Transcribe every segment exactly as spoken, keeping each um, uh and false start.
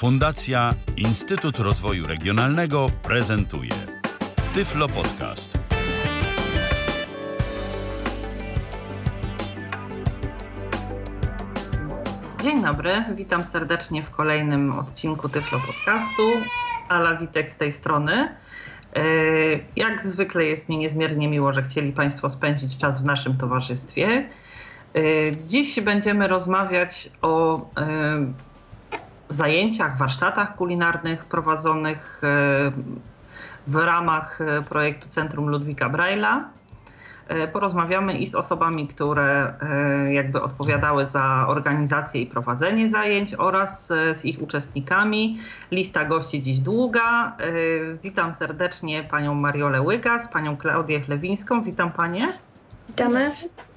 Fundacja Instytut Rozwoju Regionalnego prezentuje Tyflo Podcast. Dzień dobry, witam serdecznie w kolejnym odcinku Tyflo Podcastu. Ala Witek z tej strony. Jak zwykle jest mi niezmiernie miło, że chcieli Państwo spędzić czas w naszym towarzystwie. Dziś będziemy rozmawiać o zajęciach, warsztatach kulinarnych prowadzonych w ramach projektu Centrum Ludwika Braille'a. Porozmawiamy i z osobami, które jakby odpowiadały za organizację i prowadzenie zajęć oraz z ich uczestnikami. Lista gości dziś długa. Witam serdecznie panią Mariolę Łygas, panią Klaudię Chlewińską. Witam panie. Witamy.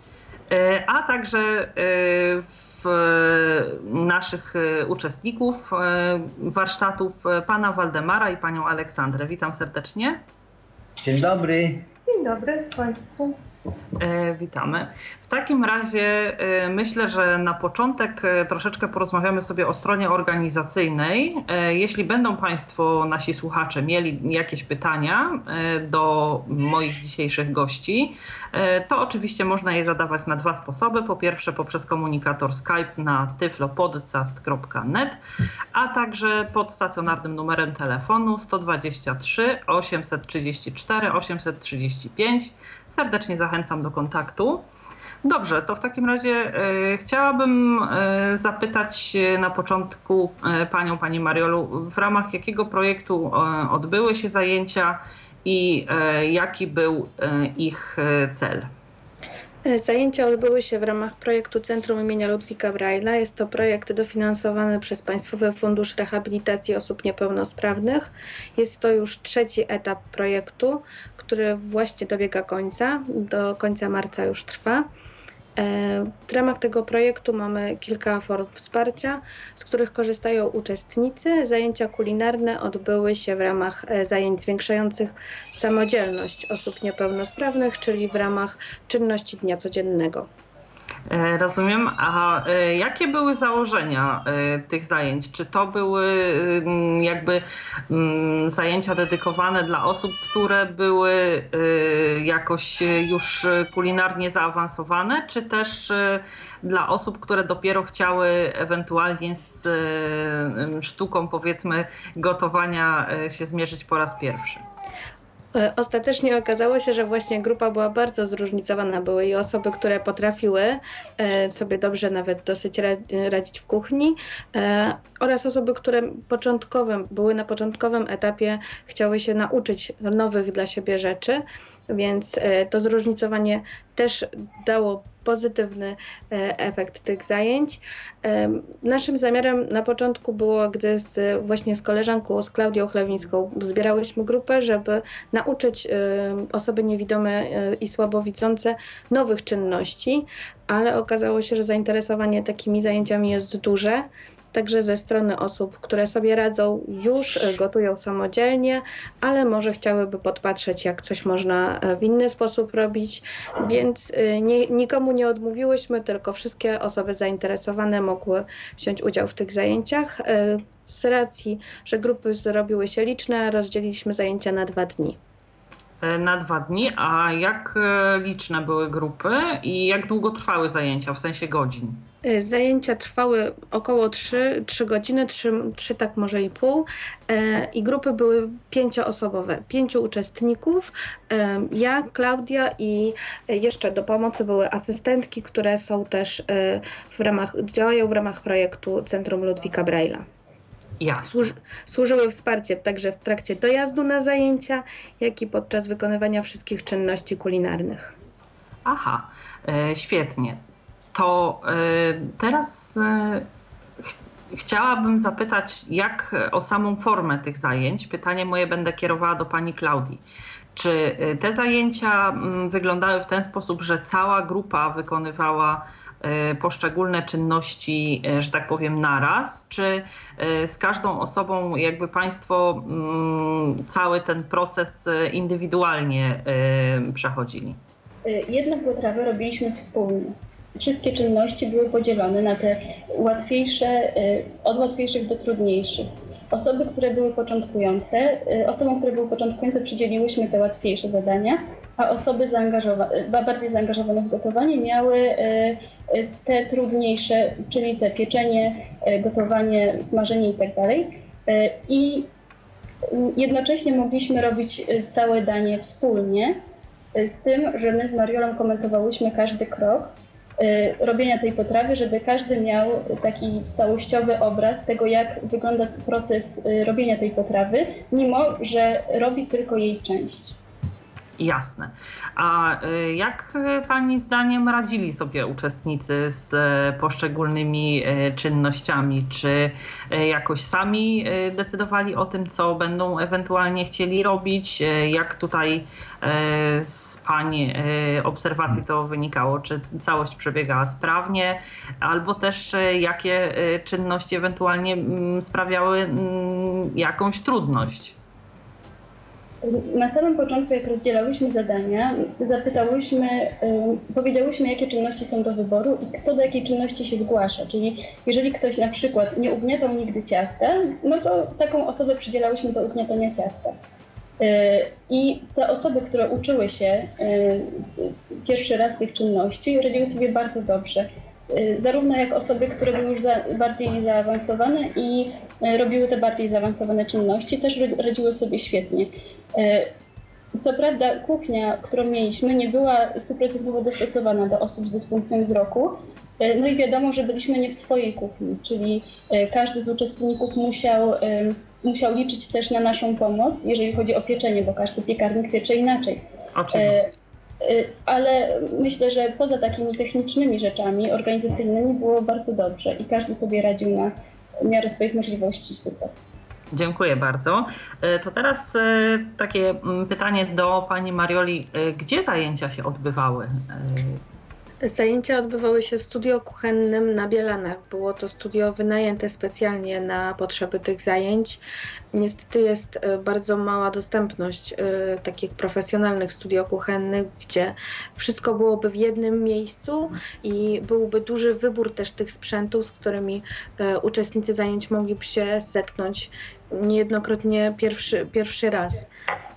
A także w naszych uczestników warsztatów pana Waldemara i panią Aleksandrę. Witam serdecznie. Dzień dobry. Dzień dobry Państwu. E, witamy. W takim razie e, myślę, że na początek e, troszeczkę porozmawiamy sobie o stronie organizacyjnej. E, jeśli będą Państwo, nasi słuchacze, mieli jakieś pytania e, do moich dzisiejszych gości, e, to oczywiście można je zadawać na dwa sposoby. Po pierwsze poprzez komunikator Skype na tyflo podcast kropka net, a także pod stacjonarnym numerem telefonu sto dwadzieścia trzy osiemset trzydzieści cztery osiemset trzydzieści pięć. Serdecznie zachęcam do kontaktu. Dobrze, to w takim razie y, chciałabym y, zapytać na początku y, panią, pani Mariolu, w ramach jakiego projektu y, odbyły się zajęcia i y, jaki był y, ich y, cel? Zajęcia odbyły się w ramach projektu Centrum imienia Ludwika Braille'a. Jest to projekt dofinansowany przez Państwowy Fundusz Rehabilitacji Osób Niepełnosprawnych. Jest to już trzeci etap projektu, który właśnie dobiega końca. Do końca marca już trwa. W ramach tego projektu mamy kilka form wsparcia, z których korzystają uczestnicy. Zajęcia kulinarne odbyły się w ramach zajęć zwiększających samodzielność osób niepełnosprawnych, czyli w ramach czynności dnia codziennego. Rozumiem. A jakie były założenia tych zajęć? Czy to były jakby zajęcia dedykowane dla osób, które były jakoś już kulinarnie zaawansowane, czy też dla osób, które dopiero chciały ewentualnie z sztuką, powiedzmy, gotowania się zmierzyć po raz pierwszy? Ostatecznie okazało się, że właśnie grupa była bardzo zróżnicowana. Były i osoby, które potrafiły sobie dobrze nawet dosyć radzić w kuchni, oraz osoby, które początkowym, były na początkowym etapie, chciały się nauczyć nowych dla siebie rzeczy, więc to zróżnicowanie też dało pozytywny efekt tych zajęć. Naszym zamiarem na początku było, gdy z, właśnie z koleżanką, z Klaudią Chlewińską zbierałyśmy grupę, żeby nauczyć osoby niewidome i słabowidzące nowych czynności, ale okazało się, że zainteresowanie takimi zajęciami jest duże. Także ze strony osób, które sobie radzą, już gotują samodzielnie, ale może chciałyby podpatrzeć, jak coś można w inny sposób robić, więc nie, nikomu nie odmówiłyśmy, tylko wszystkie osoby zainteresowane mogły wziąć udział w tych zajęciach. Z racji, że grupy zrobiły się liczne, rozdzieliliśmy zajęcia na dwa dni. Na dwa dni, a jak liczne były grupy i jak długo trwały zajęcia, w sensie godzin? Zajęcia trwały około trzy godziny, trzy tak może i pół, i grupy były pięcioosobowe, pięciu uczestników. Ja, Klaudia i jeszcze do pomocy były asystentki, które są też w ramach, działają w ramach projektu Centrum Ludwika Braille'a. Służy, służyły wsparciem także w trakcie dojazdu na zajęcia, jak i podczas wykonywania wszystkich czynności kulinarnych. Aha, e, świetnie. To e, teraz e, ch chciałabym zapytać, jak o samą formę tych zajęć. Pytanie moje będę kierowała do pani Klaudii. Czy te zajęcia m, wyglądały w ten sposób, że cała grupa wykonywała poszczególne czynności, że tak powiem, naraz, czy z każdą osobą jakby Państwo cały ten proces indywidualnie przechodzili? Jedną potrawę robiliśmy wspólnie. wszystkie czynności były podzielone na te łatwiejsze, od łatwiejszych do trudniejszych. Osoby, które były początkujące, osobom, które były początkujące przydzieliłyśmy te łatwiejsze zadania, a osoby zaangażowane, bardziej zaangażowane w gotowanie miały te trudniejsze, czyli te pieczenie, gotowanie, smażenie i tak dalej. I jednocześnie mogliśmy robić całe danie wspólnie, z tym, że my z Mariolą komentowałyśmy każdy krok robienia tej potrawy, żeby każdy miał taki całościowy obraz tego, jak wygląda proces robienia tej potrawy, mimo że robi tylko jej część. Jasne. A jak Pani zdaniem radzili sobie uczestnicy z poszczególnymi czynnościami? Czy jakoś sami decydowali o tym, co będą ewentualnie chcieli robić? Jak tutaj z Pani obserwacji to wynikało? Czy całość przebiegała sprawnie? Albo też jakie czynności ewentualnie sprawiały jakąś trudność? Na samym początku, jak rozdzielałyśmy zadania, zapytałyśmy, powiedziałyśmy, jakie czynności są do wyboru i kto do jakiej czynności się zgłasza. Czyli jeżeli ktoś na przykład nie ugniatał nigdy ciasta, no to taką osobę przydzielałyśmy do ugniatania ciasta. I te osoby, które uczyły się pierwszy raz tych czynności, radziły sobie bardzo dobrze. Zarówno jak osoby, które były już za, bardziej zaawansowane i robiły te bardziej zaawansowane czynności, też radziły sobie świetnie. Co prawda kuchnia, którą mieliśmy, nie była stuprocentowo dostosowana do osób z dysfunkcją wzroku. No i wiadomo, że byliśmy nie w swojej kuchni, czyli każdy z uczestników musiał, musiał liczyć też na naszą pomoc, jeżeli chodzi o pieczenie, bo każdy piekarnik piecze inaczej. Oczywiście. Ale myślę, że poza takimi technicznymi rzeczami organizacyjnymi było bardzo dobrze i każdy sobie radził na miarę swoich możliwości. Super. Dziękuję bardzo. To teraz takie pytanie do Pani Marioli. Gdzie zajęcia się odbywały? Zajęcia odbywały się w studio kuchennym na Bielanach. Było to studio wynajęte specjalnie na potrzeby tych zajęć. Niestety jest bardzo mała dostępność takich profesjonalnych studio kuchennych, gdzie wszystko byłoby w jednym miejscu i byłby duży wybór też tych sprzętów, z którymi uczestnicy zajęć mogliby się zetknąć niejednokrotnie pierwszy, pierwszy raz.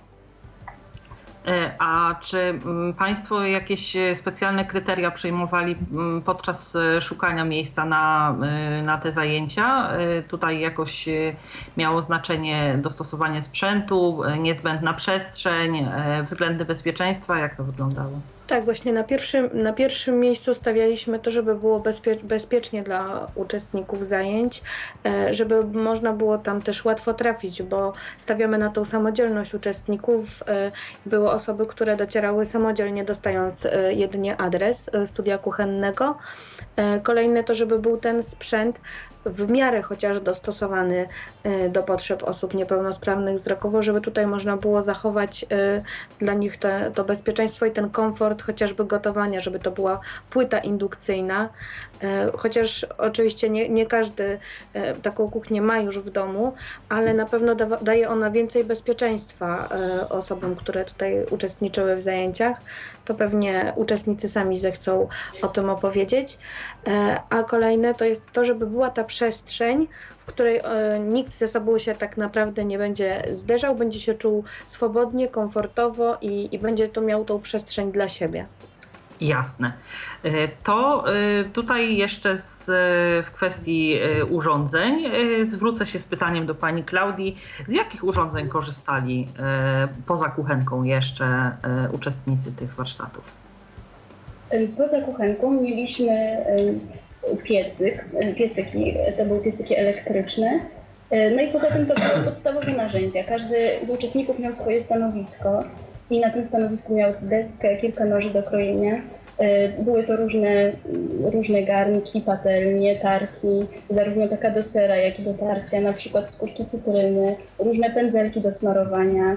A czy Państwo jakieś specjalne kryteria przyjmowali podczas szukania miejsca na, na te zajęcia? Tutaj jakoś miało znaczenie dostosowanie sprzętu, niezbędna przestrzeń, względy bezpieczeństwa? Jak to wyglądało? Tak, właśnie na pierwszym, na pierwszym miejscu stawialiśmy to, żeby było bezpie- bezpiecznie dla uczestników zajęć, żeby można było tam też łatwo trafić, bo stawiamy na tą samodzielność uczestników. Były osoby, które docierały samodzielnie, dostając jedynie adres studia kuchennego. Kolejne to, żeby był ten sprzęt w miarę chociaż dostosowany do potrzeb osób niepełnosprawnych wzrokowo, żeby tutaj można było zachować dla nich te, to bezpieczeństwo i ten komfort chociażby gotowania, żeby to była płyta indukcyjna, chociaż oczywiście nie, nie każdy taką kuchnię ma już w domu, ale na pewno da, daje ona więcej bezpieczeństwa osobom, które tutaj uczestniczyły w zajęciach. To pewnie uczestnicy sami zechcą o tym opowiedzieć. A kolejne to jest to, żeby była ta przestrzeń, w której nikt ze sobą się tak naprawdę nie będzie zderzał, będzie się czuł swobodnie, komfortowo i, i będzie to miał tą przestrzeń dla siebie. Jasne. To tutaj jeszcze z, w kwestii urządzeń zwrócę się z pytaniem do Pani Klaudii. Z jakich urządzeń korzystali poza kuchenką jeszcze uczestnicy tych warsztatów? Poza kuchenką mieliśmy piecyk, piecyki, to były piecyki elektryczne. No i poza tym to były podstawowe narzędzia. Każdy z uczestników miał swoje stanowisko i na tym stanowisku miał deskę, kilka noży do krojenia. Były to różne, różne garnki, patelnie, tarki, zarówno taka do sera, jak i do tarcia, na przykład skórki cytryny, różne pędzelki do smarowania,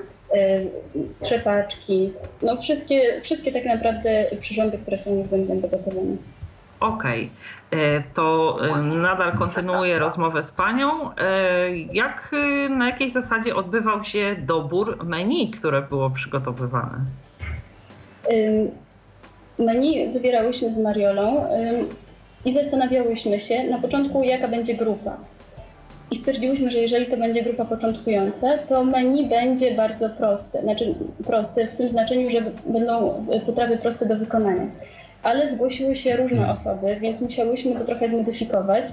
trzepaczki, no wszystkie, wszystkie tak naprawdę przyrządy, które są niezbędne do gotowania. Okej, okay. To nadal kontynuuję rozmowę z Panią. Jak, na jakiej zasadzie odbywał się dobór menu, które było przygotowywane? menu wybierałyśmy z Mariolą i zastanawiałyśmy się na początku, jaka będzie grupa. I stwierdziłyśmy, że jeżeli to będzie grupa początkująca, to menu będzie bardzo proste. Znaczy proste w tym znaczeniu, że będą potrawy proste do wykonania. Ale zgłosiły się różne osoby, więc musiałyśmy to trochę zmodyfikować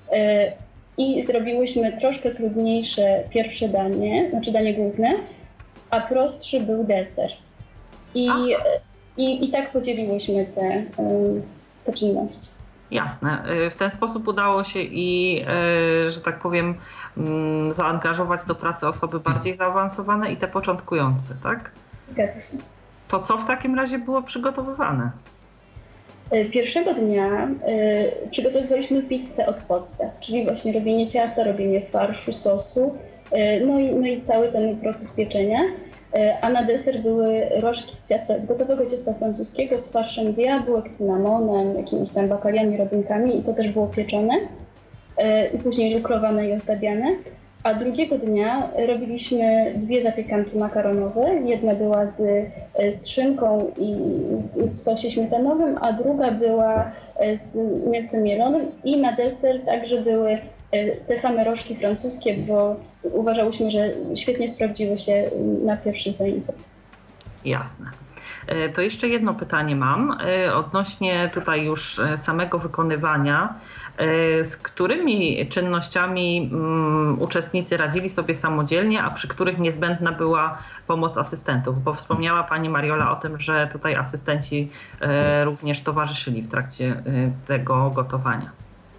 i zrobiłyśmy troszkę trudniejsze pierwsze danie, znaczy danie główne, a prostszy był deser. I, i, i tak podzieliłyśmy te, te czynności. Jasne. W ten sposób udało się i, że tak powiem, zaangażować do pracy osoby bardziej zaawansowane i te początkujące, tak? Zgadza się. To co w takim razie było przygotowywane? Pierwszego dnia y, przygotowywaliśmy pizzę od podstaw, czyli właśnie robienie ciasta, robienie farszu, sosu, y, no, i, no i cały ten proces pieczenia. Y, a na deser były rożki z, ciasta, z gotowego ciasta francuskiego z farszem z jabłek, cynamonem, jakimiś tam bakaliami, rodzynkami i to też było pieczone. Y, I później lukrowane i ozdabiane. A drugiego dnia robiliśmy dwie zapiekanki makaronowe. Jedna była z, z szynką i z, w sosie śmietanowym, a druga była z mięsem mielonym. I na deser także były te same rożki francuskie, bo uważałyśmy, że świetnie sprawdziły się na pierwszych zajęciach. Jasne. To jeszcze jedno pytanie mam odnośnie tutaj już samego wykonywania. Z którymi czynnościami um, uczestnicy radzili sobie samodzielnie, a przy których niezbędna była pomoc asystentów? Bo wspomniała Pani Mariola o tym, że tutaj asystenci e, również towarzyszyli w trakcie e, tego gotowania.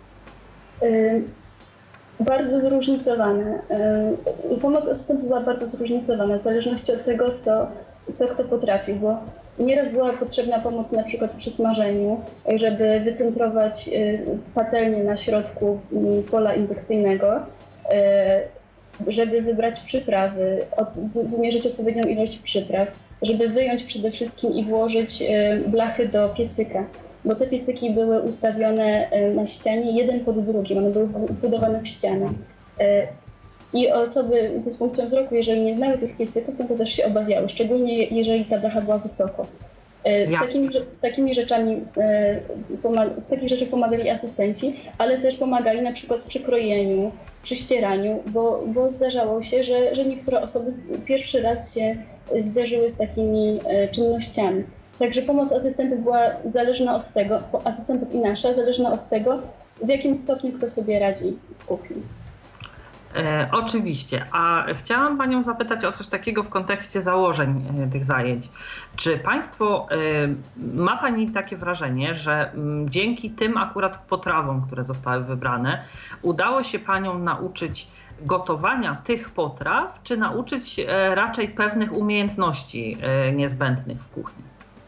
Y, bardzo zróżnicowane. Y, pomoc asystentów była bardzo zróżnicowana w zależności od tego, co, co kto potrafi, bo nieraz była potrzebna pomoc na przykład przy smażeniu, żeby wycentrować patelnię na środku pola indukcyjnego, żeby wybrać przyprawy, wymierzyć odpowiednią ilość przypraw, żeby wyjąć przede wszystkim i włożyć blachy do piecyka, bo te piecyki były ustawione na ścianie jeden pod drugim, one były wbudowane w ścianę. I osoby z dysfunkcją wzroku, jeżeli nie znały tych piecyków, no to też się obawiały, szczególnie jeżeli ta blacha była wysoko. Z takimi, z takimi rzeczami, z takich rzeczy pomagali asystenci, ale też pomagali na przykład przy krojeniu, przy ścieraniu, bo, bo zdarzało się, że, że niektóre osoby pierwszy raz się zderzyły z takimi czynnościami. Także pomoc asystentów była zależna od tego, asystentów i nasza, zależna od tego, w jakim stopniu kto sobie radzi w kuchni. E, oczywiście, a chciałam Panią zapytać o coś takiego w kontekście założeń e, tych zajęć. Czy Państwo, e, ma Pani takie wrażenie, że m, dzięki tym akurat potrawom, które zostały wybrane, udało się Panią nauczyć gotowania tych potraw, czy nauczyć e, raczej pewnych umiejętności e, niezbędnych w kuchni?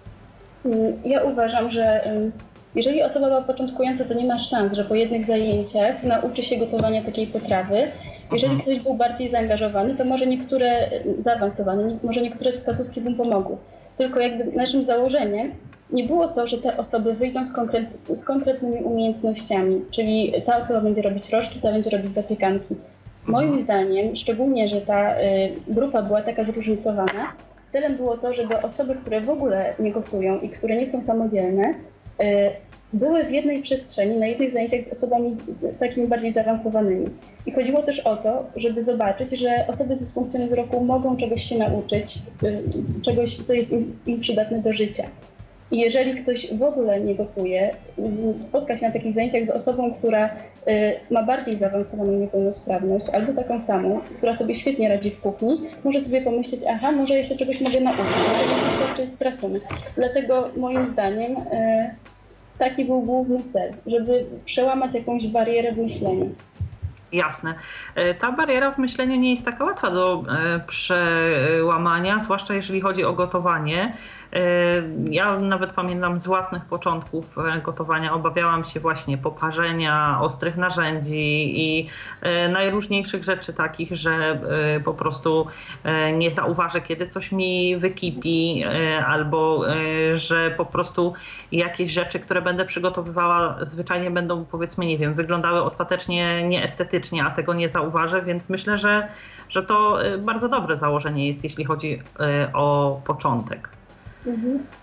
Ja uważam, że jeżeli osoba była początkująca, to nie ma szans, że po jednych zajęciach nauczy się gotowania takiej potrawy. Jeżeli ktoś był bardziej zaangażowany, to może niektóre zaawansowane, może niektóre wskazówki mu pomogły. Tylko jakby naszym założeniem nie było to, że te osoby wyjdą z, konkret, z konkretnymi umiejętnościami, czyli ta osoba będzie robić rożki, ta będzie robić zapiekanki. Moim zdaniem, szczególnie, że ta y, grupa była taka zróżnicowana, celem było to, żeby osoby, które w ogóle nie gotują i które nie są samodzielne, y, były w jednej przestrzeni, na jednych zajęciach z osobami takimi bardziej zaawansowanymi. I chodziło też o to, żeby zobaczyć, że osoby z dysfunkcją wzroku mogą czegoś się nauczyć, czegoś, co jest im, im przydatne do życia. I jeżeli ktoś w ogóle nie gotuje, spotka się na takich zajęciach z osobą, która ma bardziej zaawansowaną niepełnosprawność, albo taką samą, która sobie świetnie radzi w kuchni, może sobie pomyśleć, aha, może jeszcze czegoś mogę nauczyć, może nie wszystko jeszcze jest stracone. Dlatego moim zdaniem taki był główny cel, żeby przełamać jakąś barierę w myśleniu. Jasne. Ta bariera w myśleniu nie jest taka łatwa do przełamania, zwłaszcza jeżeli chodzi o gotowanie. Ja nawet pamiętam z własnych początków gotowania, obawiałam się właśnie poparzenia, ostrych narzędzi i najróżniejszych rzeczy takich, że po prostu nie zauważę, kiedy coś mi wykipi, albo że po prostu jakieś rzeczy, które będę przygotowywała, zwyczajnie będą, powiedzmy, nie wiem, wyglądały ostatecznie nieestetycznie, a tego nie zauważę, więc myślę, że, że to bardzo dobre założenie jest, jeśli chodzi o początek. Mhm.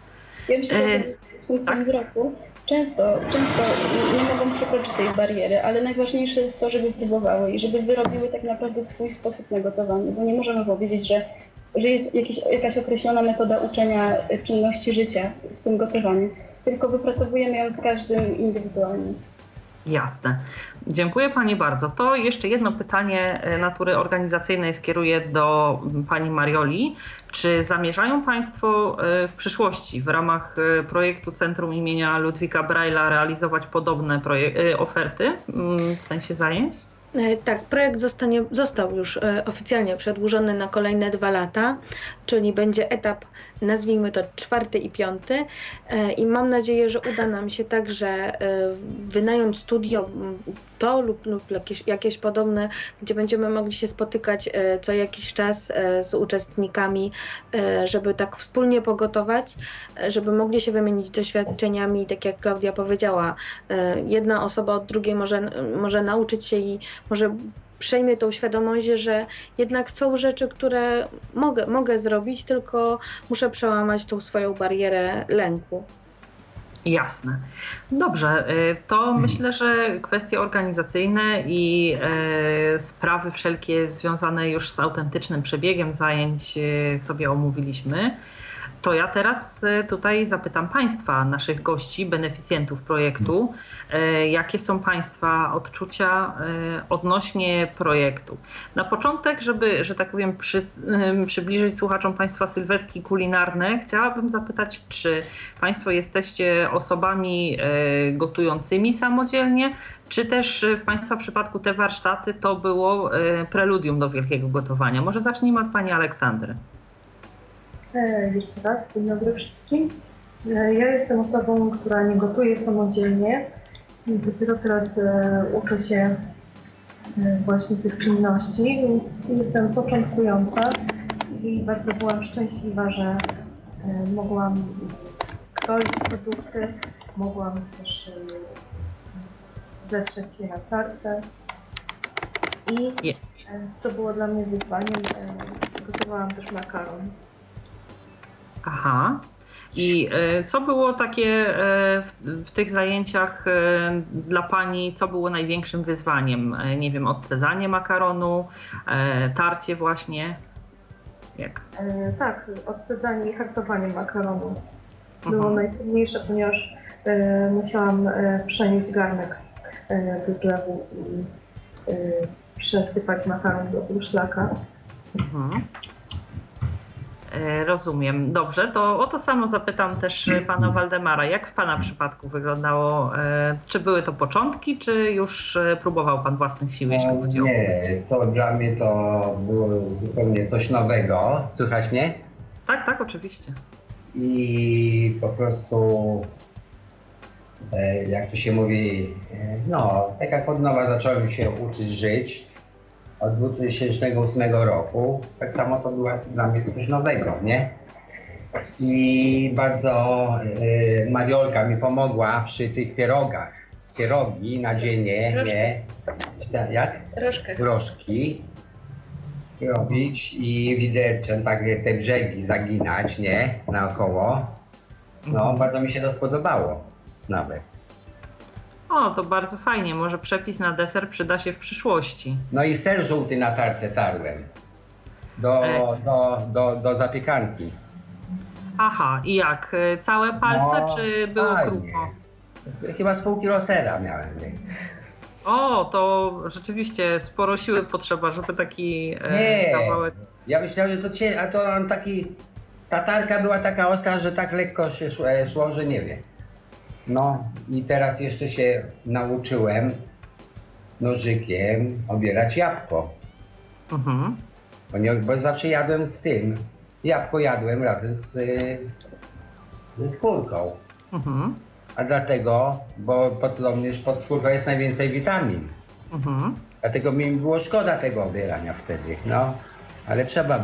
Ja myślę, że z funkcją tak. wzroku często, często nie mogą przekroczyć tej bariery, ale najważniejsze jest to, żeby próbowały i żeby wyrobiły tak naprawdę swój sposób na gotowanie, bo nie możemy powiedzieć, że, że jest jakieś, jakaś określona metoda uczenia czynności życia w tym gotowaniu, tylko wypracowujemy ją z każdym indywidualnie. Jasne. Dziękuję Pani bardzo. To jeszcze jedno pytanie natury organizacyjnej skieruję do Pani Marioli. Czy zamierzają Państwo w przyszłości w ramach projektu Centrum imienia Ludwika Braille'a realizować podobne oferty w sensie zajęć? Tak, projekt zostanie, został już oficjalnie przedłużony na kolejne dwa lata, czyli będzie etap, nazwijmy to czwarty i piąty, i mam nadzieję, że uda nam się także wynająć studio to lub, lub jakieś, jakieś podobne, gdzie będziemy mogli się spotykać co jakiś czas z uczestnikami, żeby tak wspólnie pogotować, żeby mogli się wymienić doświadczeniami, tak jak Klaudia powiedziała, jedna osoba od drugiej może, może nauczyć się i może przejmie tą świadomość, że jednak są rzeczy, które mogę, mogę zrobić, tylko muszę przełamać tą swoją barierę lęku. Jasne. Dobrze, to hmm. myślę, że kwestie organizacyjne i e, sprawy wszelkie związane już z autentycznym przebiegiem zajęć sobie omówiliśmy. To ja teraz tutaj zapytam Państwa, naszych gości, beneficjentów projektu, jakie są Państwa odczucia odnośnie projektu. Na początek, żeby, że tak powiem, przy, przybliżyć słuchaczom Państwa sylwetki kulinarne, chciałabym zapytać, czy Państwo jesteście osobami gotującymi samodzielnie, czy też w Państwa przypadku te warsztaty to było preludium do wielkiego gotowania? Może zacznijmy od Pani Aleksandry. Jeszcze raz, dzień dobry wszystkim. Ja jestem osobą, która nie gotuje samodzielnie. Dopiero teraz uczę się właśnie tych czynności, więc jestem początkująca i bardzo byłam szczęśliwa, że mogłam kroić produkty, mogłam też zetrzeć je na tarce. I co było dla mnie wyzwaniem, gotowałam też makaron. Aha. I co było takie w, w tych zajęciach dla Pani, co było największym wyzwaniem? Nie wiem, odcedzanie makaronu, tarcie właśnie? Jak? E, tak, odcedzanie i hartowanie makaronu było mhm. najtrudniejsze, ponieważ e, musiałam e, przenieść garnek e, do zlewu i e, przesypać makaron do półszlaka. Mhm. Rozumiem. Dobrze, to o to samo zapytam też Pana Waldemara. Jak w Pana przypadku wyglądało? Czy były to początki, czy już próbował Pan własnych sił, jeśli chodzi o... Nie, to dla mnie to było zupełnie coś nowego. Słychać mnie? Tak, tak, oczywiście. I po prostu, jak to się mówi, no, tak jak od nowa zacząłem się uczyć żyć, od dwa tysiące ósmego roku, tak samo to było dla mnie coś nowego, nie? I bardzo y, Mariolka mi pomogła przy tych pierogach. Pierogi na dzienie, nie? Jak? Rożkę. Rożki robić i widelcem tak te brzegi zaginać, nie? Naokoło. No, bardzo mi się to spodobało nawet. O, to bardzo fajnie. Może przepis na deser przyda się w przyszłości. No i ser żółty na tarce tarłem. Do, do, do, do zapiekanki. Aha, i jak? Całe palce, no, czy było krótko? Chyba z pół kilo sera miałem. Nie? O, to rzeczywiście sporo siły potrzeba, żeby taki nie, kawałek... Ja myślałem, że to cię, a to on taki... Ta tarka była taka ostra, że tak lekko się szło, szło że nie wiem. No i teraz jeszcze się nauczyłem nożykiem obierać jabłko. Mhm. Bo, nie, bo zawsze jadłem z tym. Jabłko jadłem razem z, ze skórką. Mhm. A dlatego, bo pod, również pod skórką jest najwięcej witamin. Mhm. Dlatego mi było szkoda tego obierania wtedy, no. Ale trzeba było.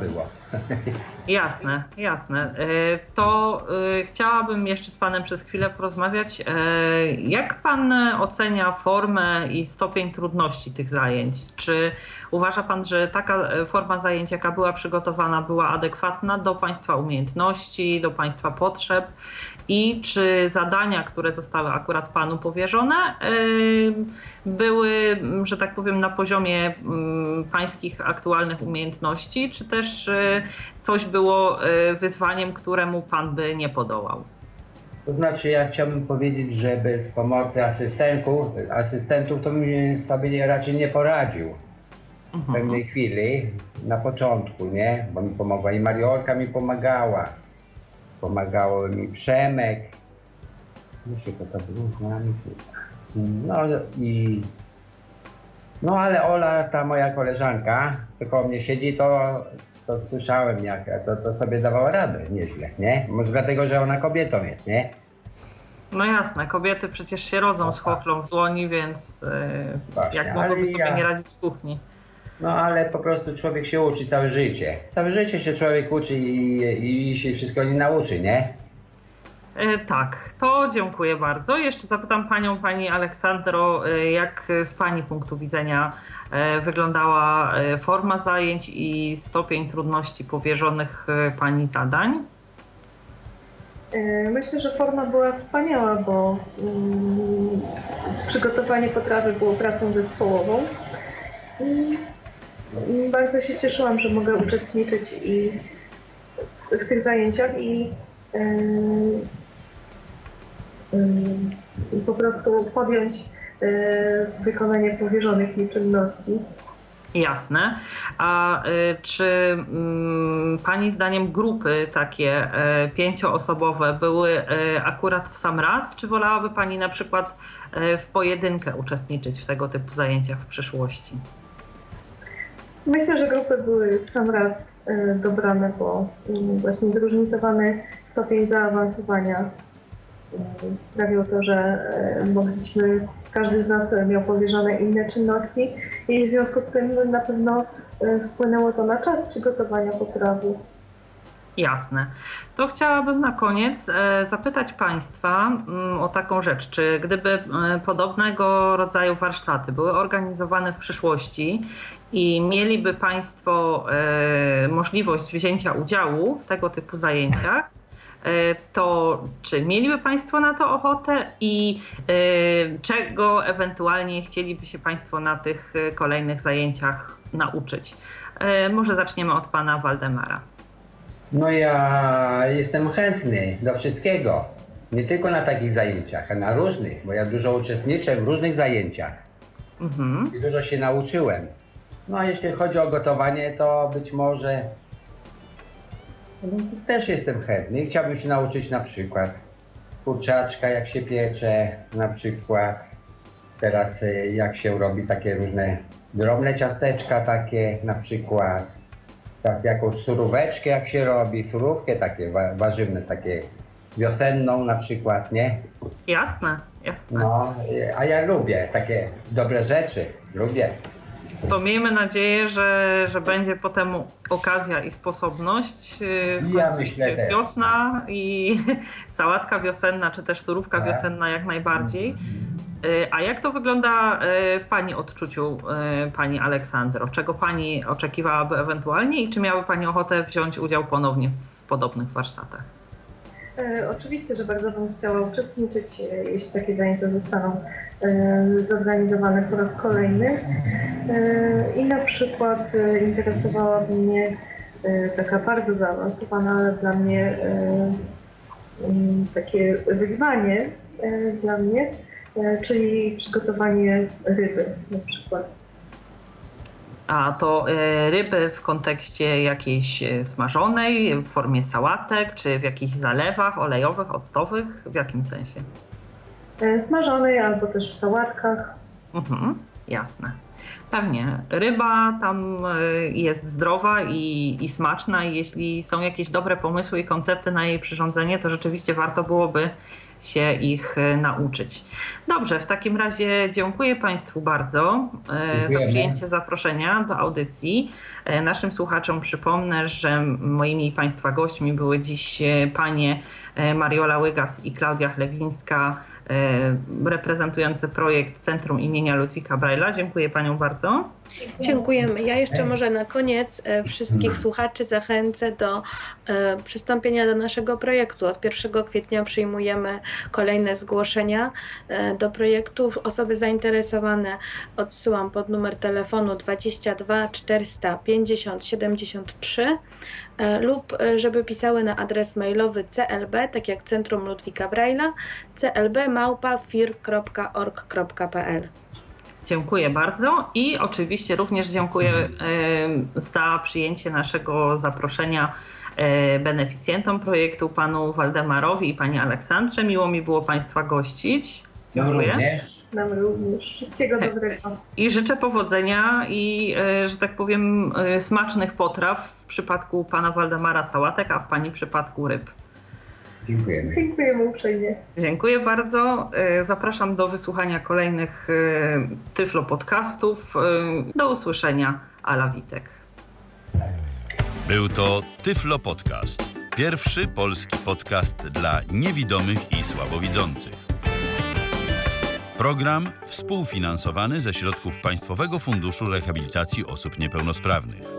Jasne, jasne. To chciałabym jeszcze z Panem przez chwilę porozmawiać. Jak Pan ocenia formę i stopień trudności tych zajęć? Czy uważa Pan, że taka forma zajęć, jaka była przygotowana, była adekwatna do Państwa umiejętności, do Państwa potrzeb? I czy zadania, które zostały akurat Panu powierzone, były, że tak powiem, na poziomie Pańskich aktualnych umiejętności, czy też coś było wyzwaniem, któremu Pan by nie podołał? To znaczy, ja chciałbym powiedzieć, że bez pomocy asystentów, asystentów to bym sobie raczej nie poradził. W pewnej chwili, na początku, nie? Bo mi pomogła i Mariolka mi pomagała. Pomagał mi Przemek. Muszę to było. No i... No ale Ola, ta moja koleżanka, co koło mnie siedzi, to, to słyszałem jak, to, to sobie dawała radę nieźle, nie? Może dlatego, że ona kobietą jest, nie? No jasne, kobiety przecież się rodzą z chochlą w dłoni, więc Właśnie, jak mogłyby sobie ja... nie radzić w kuchni? No ale po prostu człowiek się uczy całe życie. Całe życie się człowiek uczy i, i się wszystko nie nauczy, nie? E, tak, to dziękuję bardzo. Jeszcze zapytam Panią, Pani Aleksandro, jak z Pani punktu widzenia wyglądała forma zajęć i stopień trudności powierzonych Pani zadań? Myślę, że forma była wspaniała, bo um, przygotowanie potrawy było pracą zespołową. I bardzo się cieszyłam, że mogę uczestniczyć i w, w tych zajęciach i yy, yy, po prostu podjąć yy, wykonanie powierzonych mi czynności. Jasne. A y, czy y, Pani zdaniem grupy takie y, pięcioosobowe były y, akurat w sam raz, czy wolałaby Pani na przykład y, w pojedynkę uczestniczyć w tego typu zajęciach w przyszłości? Myślę, że grupy były w sam raz y, dobrane, bo y, właśnie zróżnicowany stopień zaawansowania y, sprawił to, że y, mogliśmy, każdy z nas miał powierzone inne czynności i w związku z tym na pewno y, wpłynęło to na czas przygotowania potrawy. Jasne. To chciałabym na koniec zapytać Państwa o taką rzecz. Czy gdyby podobnego rodzaju warsztaty były organizowane w przyszłości i mieliby Państwo możliwość wzięcia udziału w tego typu zajęciach, to czy mieliby Państwo na to ochotę i czego ewentualnie chcieliby się Państwo na tych kolejnych zajęciach nauczyć? Może zaczniemy od Pana Waldemara. No ja jestem chętny do wszystkiego. Nie tylko na takich zajęciach, a na różnych, bo ja dużo uczestniczę w różnych zajęciach. Mhm. I dużo się nauczyłem. No a jeśli chodzi o gotowanie, to być może też jestem chętny. Chciałbym się nauczyć na przykład kurczaczka, jak się piecze, na przykład teraz jak się robi takie różne drobne ciasteczka takie, na przykład teraz jakąś suróweczkę jak się robi, surówkę takie warzywne, takie wiosenną na przykład, nie? Jasne, jasne. No, a ja lubię takie dobre rzeczy, lubię. To miejmy nadzieję, że, że będzie potem okazja i sposobność. Ja myślę też. Wiosna i sałatka wiosenna, czy też surówka tak. wiosenna jak najbardziej. A jak to wygląda w Pani odczuciu, Pani Aleksandro? Czego Pani oczekiwałaby ewentualnie i czy miałaby Pani ochotę wziąć udział ponownie w podobnych warsztatach? E, oczywiście, że bardzo bym chciała uczestniczyć, jeśli takie zajęcia zostaną e, zorganizowane po raz kolejny. E, I na przykład e, interesowałaby mnie e, taka bardzo zaawansowana, ale dla mnie e, e, takie wyzwanie e, dla mnie, e, czyli przygotowanie ryby na przykład. A to ryby w kontekście jakiejś smażonej, w formie sałatek, czy w jakichś zalewach olejowych, octowych? W jakim sensie? Smażonej albo też w sałatkach. Mhm, jasne. Pewnie. Ryba tam jest zdrowa i, i smaczna i jeśli są jakieś dobre pomysły i koncepty na jej przyrządzenie, to rzeczywiście warto byłoby się ich nauczyć. Dobrze, w takim razie dziękuję Państwu bardzo Dziękujemy. za przyjęcie zaproszenia do audycji. Naszym słuchaczom przypomnę, że moimi Państwa gośćmi były dziś panie Mariola Łygas i Klaudia Chlewińska, reprezentujące projekt Centrum imienia Ludwika Braille'a. Dziękuję Paniom bardzo. Dziękujemy. Ja jeszcze może na koniec wszystkich słuchaczy zachęcę do przystąpienia do naszego projektu. Od pierwszego kwietnia przyjmujemy kolejne zgłoszenia do projektu. Osoby zainteresowane odsyłam pod numer telefonu dwadzieścia dwa czterysta pięćdziesiąt siedemdziesiąt trzy lub żeby pisały na adres mailowy c l b, tak jak Centrum Ludwika Braille'a, c l b małpa fir kropka org kropka p l. Dziękuję bardzo i oczywiście również dziękuję za przyjęcie naszego zaproszenia beneficjentom projektu, panu Waldemarowi i pani Aleksandrze. Miło mi było Państwa gościć. Dziękuję. Również. Nam również. Wszystkiego dobrego. I życzę powodzenia i, że tak powiem, smacznych potraw w przypadku pana Waldemara sałatek, a w pani przypadku ryb. Dziękujemy. Dziękujemy uprzejmie. Dziękuję bardzo. Zapraszam do wysłuchania kolejnych Tyflo podcastów. Do usłyszenia. Ala Witek. Był to Tyflo Podcast. Pierwszy polski podcast dla niewidomych i słabowidzących. Program współfinansowany ze środków Państwowego Funduszu Rehabilitacji Osób Niepełnosprawnych.